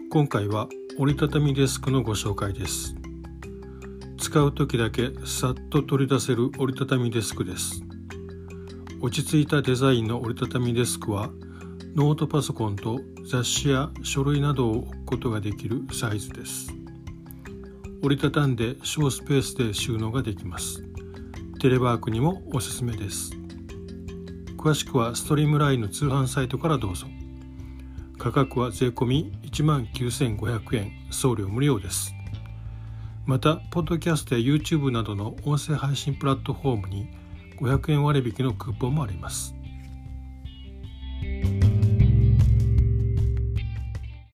今回は折りたたみデスクのご紹介です。使う時だけさっと取り出せる折りたたみデスクです。落ち着いたデザインの折りたたみデスクはノートパソコンと雑誌や書類などを置くことができるサイズです。折りたたんで小スペースで収納ができます。テレワークにもおすすめです。詳しくはストリームラインの通販サイトからどうぞ。価格は税込み 19,500 円、送料無料です。また、ポッドキャストや YouTube などの音声配信プラットフォームに500円割引のクーポンもあります。